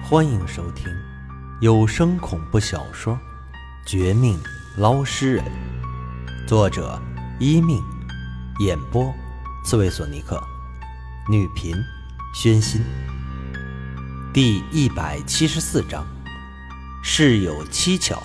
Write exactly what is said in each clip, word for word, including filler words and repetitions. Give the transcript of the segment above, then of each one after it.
欢迎收听有声恐怖小说《绝命捞尸人》，作者一命，演播刺猬索尼克，女频宣心。第一百七十四章，事有蹊跷。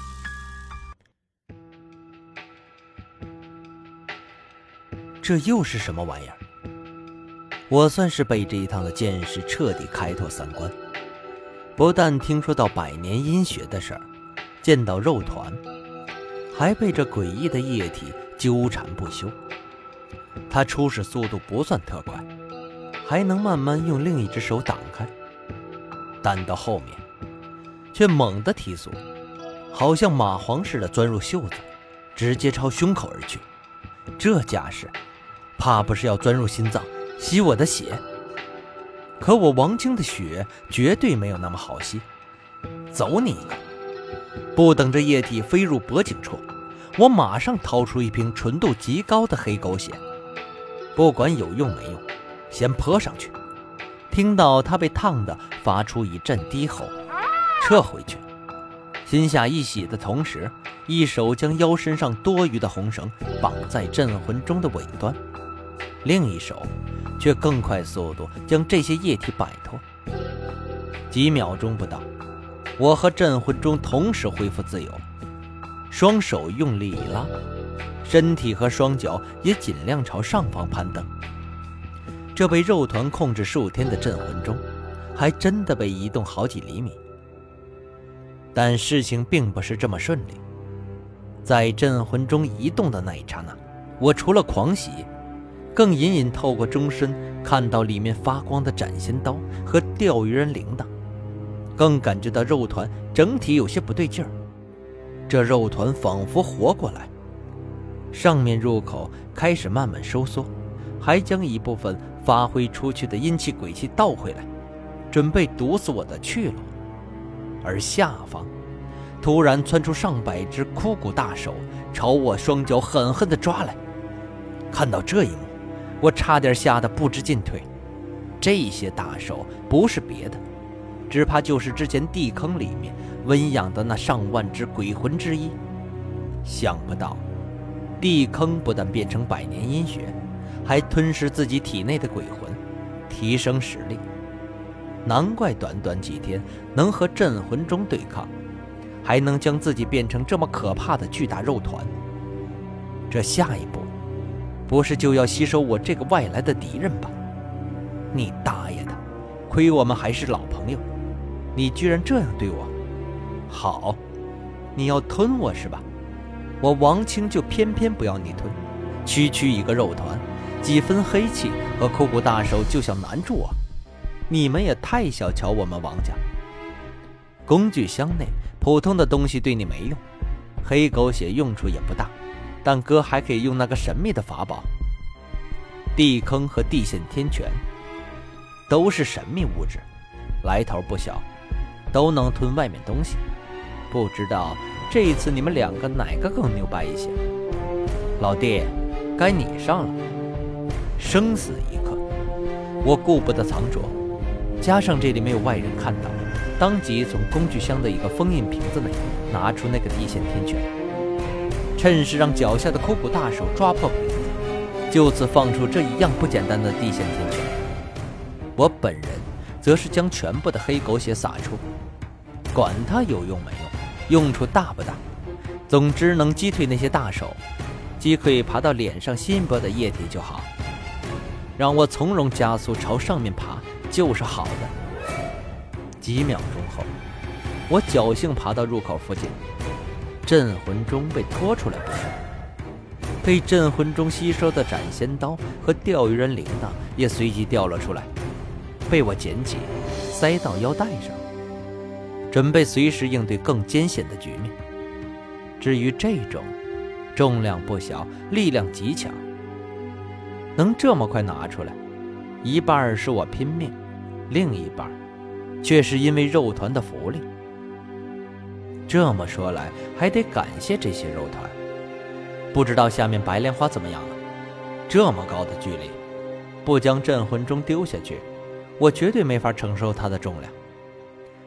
这又是什么玩意儿？我算是被这一趟的见识彻底开拓三观，不但听说到百年阴穴的事儿，见到肉团，还被这诡异的液体纠缠不休。它初始速度不算特快，还能慢慢用另一只手挡开，但到后面却猛地提速，好像蚂蟥似的钻入袖子，直接朝胸口而去。这架势怕不是要钻入心脏吸我的血。可我王清的血绝对没有那么好吸，走你一个！不等这液体飞入脖颈处，我马上掏出一瓶纯度极高的黑狗血，不管有用没用，先泼上去。听到它被烫得发出一阵低吼，撤回去，心下一喜的同时，一手将腰身上多余的红绳绑在镇魂钟的尾端，另一手却更快速度将这些液体摆脱。几秒钟不到，我和镇魂钟同时恢复自由，双手用力一拉，身体和双脚也尽量朝上方攀登。这被肉团控制数天的镇魂钟还真的被移动好几厘米。但事情并不是这么顺利，在镇魂钟移动的那一刹那，我除了狂喜，更隐隐透过钟身看到里面发光的斩仙刀和钓鱼人铃铛，更感觉到肉团整体有些不对劲儿。这肉团仿佛活过来，上面入口开始慢慢收缩，还将一部分发挥出去的阴气鬼气倒回来，准备堵死我的去路。而下方突然窜出上百只枯骨大手，朝我双脚狠狠地抓来。看到这一幕，我差点吓得不知进退。这些大手不是别的，只怕就是之前地坑里面温养的那上万只鬼魂之一。想不到地坑不但变成百年阴穴，还吞噬自己体内的鬼魂，提升实力。难怪短短几天能和镇魂钟对抗，还能将自己变成这么可怕的巨大肉团。这下一步不是就要吸收我这个外来的敌人吧？你大爷的，亏我们还是老朋友，你居然这样对我。好，你要吞我是吧？我王清就偏偏不要你吞。区区一个肉团，几分黑气和枯骨大手就想难住我，你们也太小瞧我们王家。工具箱内普通的东西对你没用，黑狗血用处也不大，但哥还可以用那个神秘的法宝。地坑和地陷天拳都是神秘物质，来头不小，都能吞外面东西。不知道这一次你们两个哪个更牛掰一些？老弟，该你上了。生死一刻，我顾不得藏拙，加上这里没有外人看到，当即从工具箱的一个封印瓶子内拿出那个地陷天拳，趁势让脚下的枯骨大手抓破瓶子，就此放出这一样不简单的地陷天拳。我本人则是将全部的黑狗血洒出，管它有用没用，用处大不大，总之能击退那些大手，击溃爬到脸上新一波的液体就好，让我从容加速朝上面爬就是好的。几秒钟后，我侥幸爬到入口附近，镇魂钟被拖出来不少，被镇魂钟吸收的斩仙刀和钓鱼人铃铛也随即掉了出来，被我捡起塞到腰带上，准备随时应对更艰险的局面。至于这种重量不小，力量极强，能这么快拿出来，一半是我拼命，另一半却是因为肉团的福利。这么说来，还得感谢这些肉团。不知道下面白莲花怎么样了？这么高的距离，不将镇魂钟丢下去，我绝对没法承受它的重量。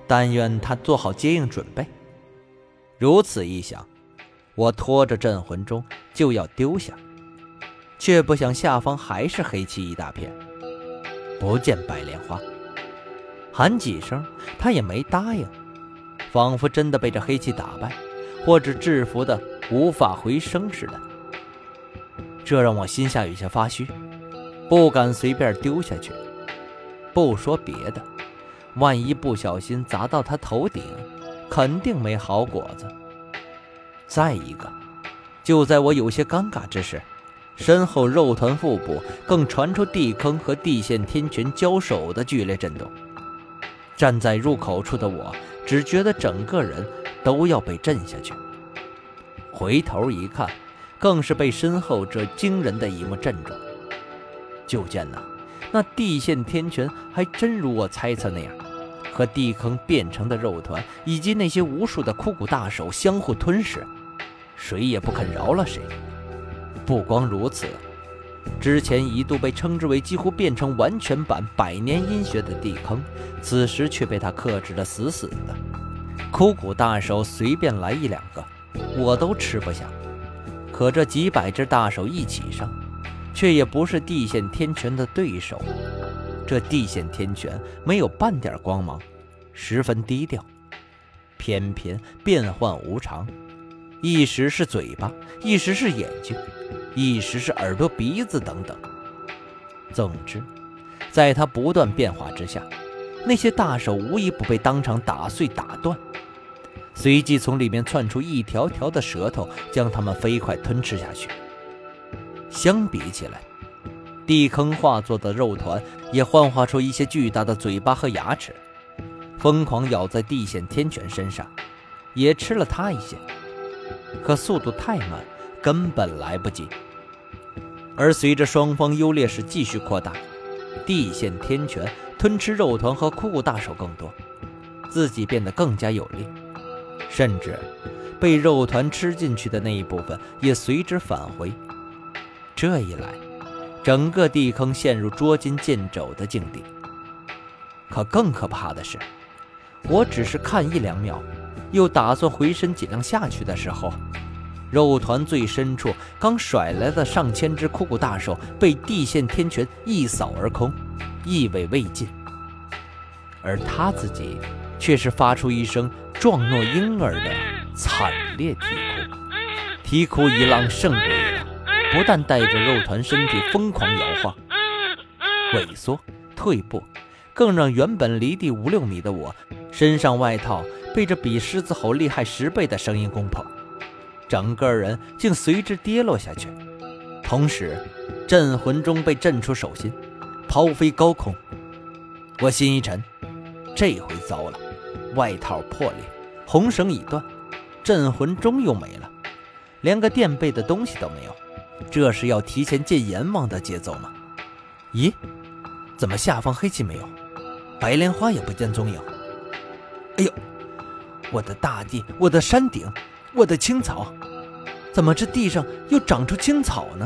但愿他做好接应准备。如此一想，我拖着镇魂钟就要丢下，却不想下方还是黑漆一大片，不见白莲花。喊几声，他也没答应，仿佛真的被这黑气打败，或者制服的无法回声似的。这让我心下有些发虚，不敢随便丢下去。不说别的，万一不小心砸到他头顶，肯定没好果子。再一个，就在我有些尴尬之时，身后肉团腹部更传出地坑和地陷天拳交手的剧烈震动。站在入口处的我只觉得整个人都要被震下去，回头一看，更是被身后这惊人的一幕震住。就见呐，那地陷天拳还真如我猜测那样，和地坑变成的肉团以及那些无数的枯骨大手相互吞噬，谁也不肯饶了谁。不光如此，之前一度被称之为几乎变成完全版百年阴穴的地坑，此时却被他克制得死死的。枯骨大手随便来一两个，我都吃不下，可这几百只大手一起上，却也不是地陷天拳的对手。这地陷天拳没有半点光芒，十分低调，偏偏变幻无常，一时是嘴巴，一时是眼睛，一时是耳朵鼻子等等。总之，在他不断变化之下，那些大手无一不被当场打碎打断，随即从里面窜出一条条的舌头，将它们飞快吞吃下去。相比起来，地坑化作的肉团也幻化出一些巨大的嘴巴和牙齿，疯狂咬在地陷天拳身上，也吃了它一些，可速度太慢，根本来不及。而随着双方优劣势继续扩大，地陷天拳吞吃肉团和枯骨大手更多，自己变得更加有力，甚至被肉团吃进去的那一部分也随之返回。这一来，整个地坑陷入捉襟见肘的境地。可更可怕的是，我只是看一两秒，又打算回身尽量下去的时候，肉团最深处刚甩来的上千只枯骨大手被地陷天拳一扫而空，意味未尽。而他自己却是发出一声状若婴儿的惨烈啼哭，啼哭一浪胜过一浪，不但带着肉团身体疯狂摇晃、萎缩、退步，更让原本离地五六米的我，身上外套被这比狮子吼厉害十倍的声音攻破，整个人竟随之跌落下去。同时，镇魂钟被震出手心，抛飞高空。我心一沉，这回糟了，外套破裂，红绳已断，镇魂钟又没了，连个垫背的东西都没有。这是要提前见阎王的节奏吗？咦，怎么下方黑气没有，白莲花也不见踪影？哎呦，我的大地，我的山顶，我的青草，怎么这地上又长出青草呢？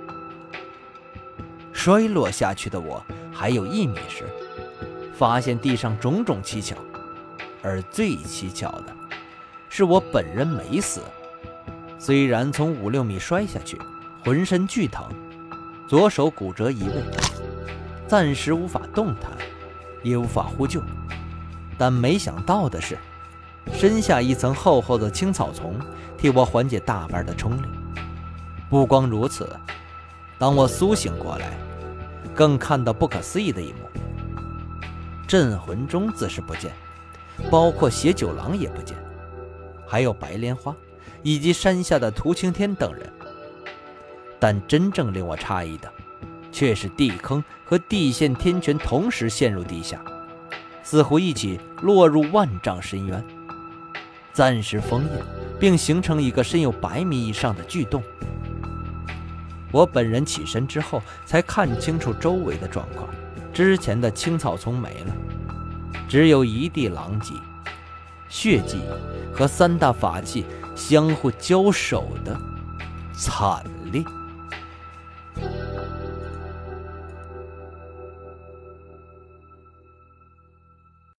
摔落下去的我还有一米时，发现地上种种蹊跷，而最蹊跷的是我本人没死，虽然从五六米摔下去，浑身剧疼，左手骨折移位，暂时无法动弹，也无法呼救，但没想到的是，身下一层厚厚的青草丛替我缓解大半的冲力。不光如此，当我苏醒过来，更看到不可思议的一幕。镇魂钟自是不见，包括血九郎也不见，还有白莲花以及山下的涂青天等人。但真正令我诧异的，却是地坑和地陷天拳同时陷入地下，似乎一起落入万丈深渊，暂时封印，并形成一个深有百米以上的巨洞。我本人起身之后，才看清楚周围的状况。之前的青草丛没了，只有一地狼藉、血迹和三大法器相互交手的惨烈。